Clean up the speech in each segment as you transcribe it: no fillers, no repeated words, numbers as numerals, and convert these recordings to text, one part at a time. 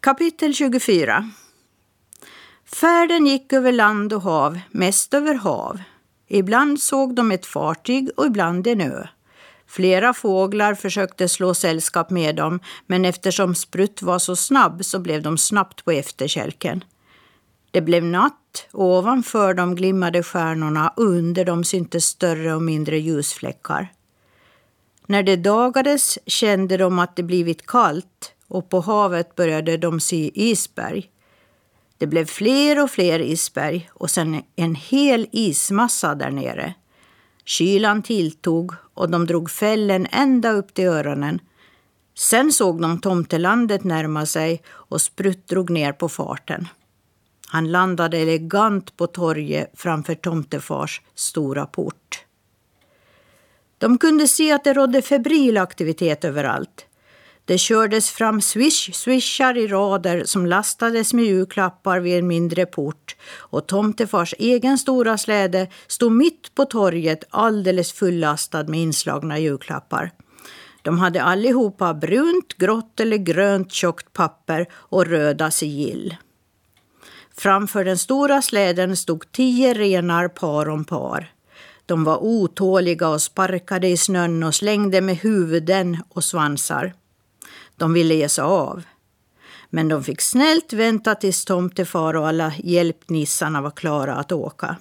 Kapitel 24. Färden gick över land och hav, mest över hav. Ibland såg de ett fartyg och ibland en ö. Flera fåglar försökte slå sällskap med dem, men eftersom Sprutt var så snabb så blev de snabbt på efterkälken. Det blev natt och ovanför dem glimmade stjärnorna och under dem syntes större och mindre ljusfläckar. När det dagades kände de att det blivit kallt och på havet började de se isberg. Det blev fler och fler isberg och sen en hel ismassa där nere. Kylan tilltog och de drog fällen ända upp till öronen. Sen såg de tomtelandet närma sig och Sprutt drog ner på farten. Han landade elegant på torget framför tomtefars stora port. De kunde se att det rådde febril aktivitet överallt. Det kördes fram swishar i rader som lastades med julklappar vid en mindre port och tomtefars egen stora släde stod mitt på torget alldeles fullastad med inslagna julklappar. De hade allihopa brunt, grått eller grönt tjockt papper och röda sigill. Framför den stora släden stod 10 renar par om par. De var otåliga och sparkade i snön och slängde med huvuden och svansar. De ville ge sig av. Men de fick snällt vänta tills tomtefar och alla hjälpnissarna var klara att åka.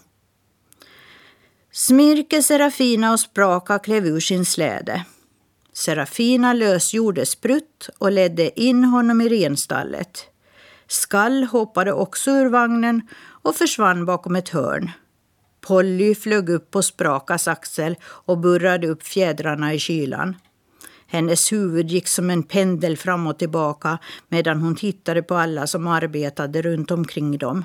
Smirke, Serafina och Spraka klev ur sin släde. Serafina lösgjorde Sprutt och ledde in honom i renstallet. Skall hoppade också ur vagnen och försvann bakom ett hörn. Polly flög upp på Sprakas axel och burrade upp fjädrarna i kylan. Hennes huvud gick som en pendel fram och tillbaka medan hon tittade på alla som arbetade runt omkring dem.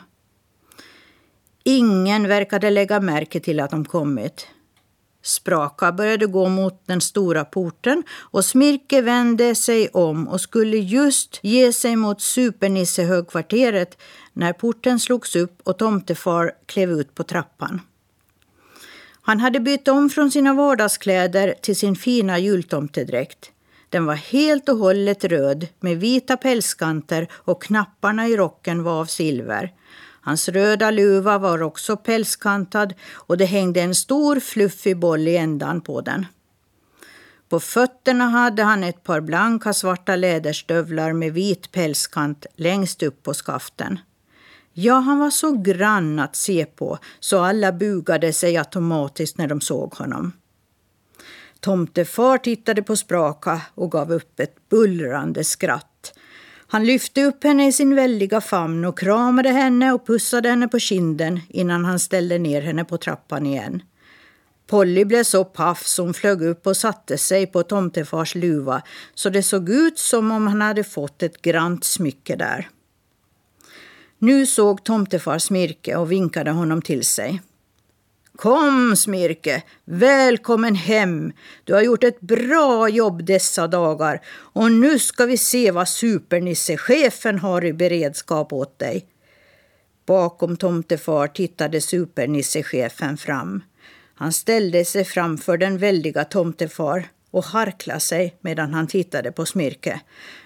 Ingen verkade lägga märke till att de kommit. Spraka började gå mot den stora porten och Smirke vände sig om och skulle just ge sig mot Supernissehögkvarteret när porten slogs upp och tomtefar klev ut på trappan. Han hade bytt om från sina vardagskläder till sin fina jultomtedräkt. Den var helt och hållet röd med vita pälskanter och knapparna i rocken var av silver. Hans röda luva var också pälskantad och det hängde en stor fluffig boll i ändan på den. På fötterna hade han ett par blanka svarta läderstövlar med vit pälskant längst upp på skaften. Ja, han var så grann att se på så alla bugade sig automatiskt när de såg honom. Tomtefar tittade på Spraka och gav upp ett bullrande skratt. Han lyfte upp henne i sin väldiga famn och kramade henne och pussade henne på kinden innan han ställde ner henne på trappan igen. Polly blev så paff som hon flög upp och satte sig på tomtefars luva så det såg ut som om han hade fått ett grant smycke där. Nu såg tomtefar Smirke och vinkade honom till sig. Kom Smirke, välkommen hem. Du har gjort ett bra jobb dessa dagar och nu ska vi se vad Supernissechefen har i beredskap åt dig. Bakom tomtefar tittade Supernissechefen fram. Han ställde sig framför den väldiga tomtefar och harklade sig medan han tittade på Smirke.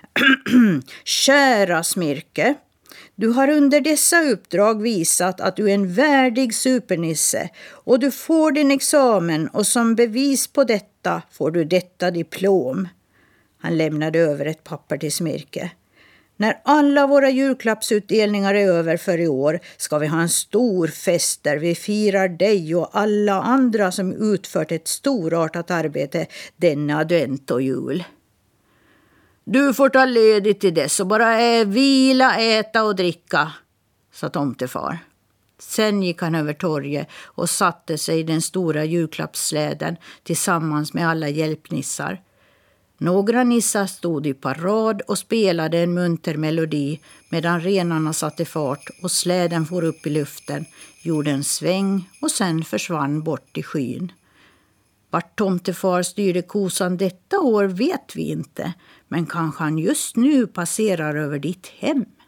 Kära Smirke. Du har under dessa uppdrag visat att du är en värdig supernisse och du får din examen och som bevis på detta får du detta diplom. Han lämnade över ett papper till Smirke. När alla våra julklappsutdelningar är över för i år ska vi ha en stor fest där vi firar dig och alla andra som utfört ett storartat arbete denna advent och jul. Du får ta ledigt till dess och bara vila, äta och dricka, sa tomtefar. Sen gick han över torget och satte sig i den stora julklappssläden tillsammans med alla hjälpnissar. Några nissar stod i parad och spelade en munter melodi medan renarna satte fart och släden for upp i luften, gjorde en sväng och sen försvann bort i skyn. Vart tomtefar styrde kosan detta år vet vi inte, men kanske han just nu passerar över ditt hem.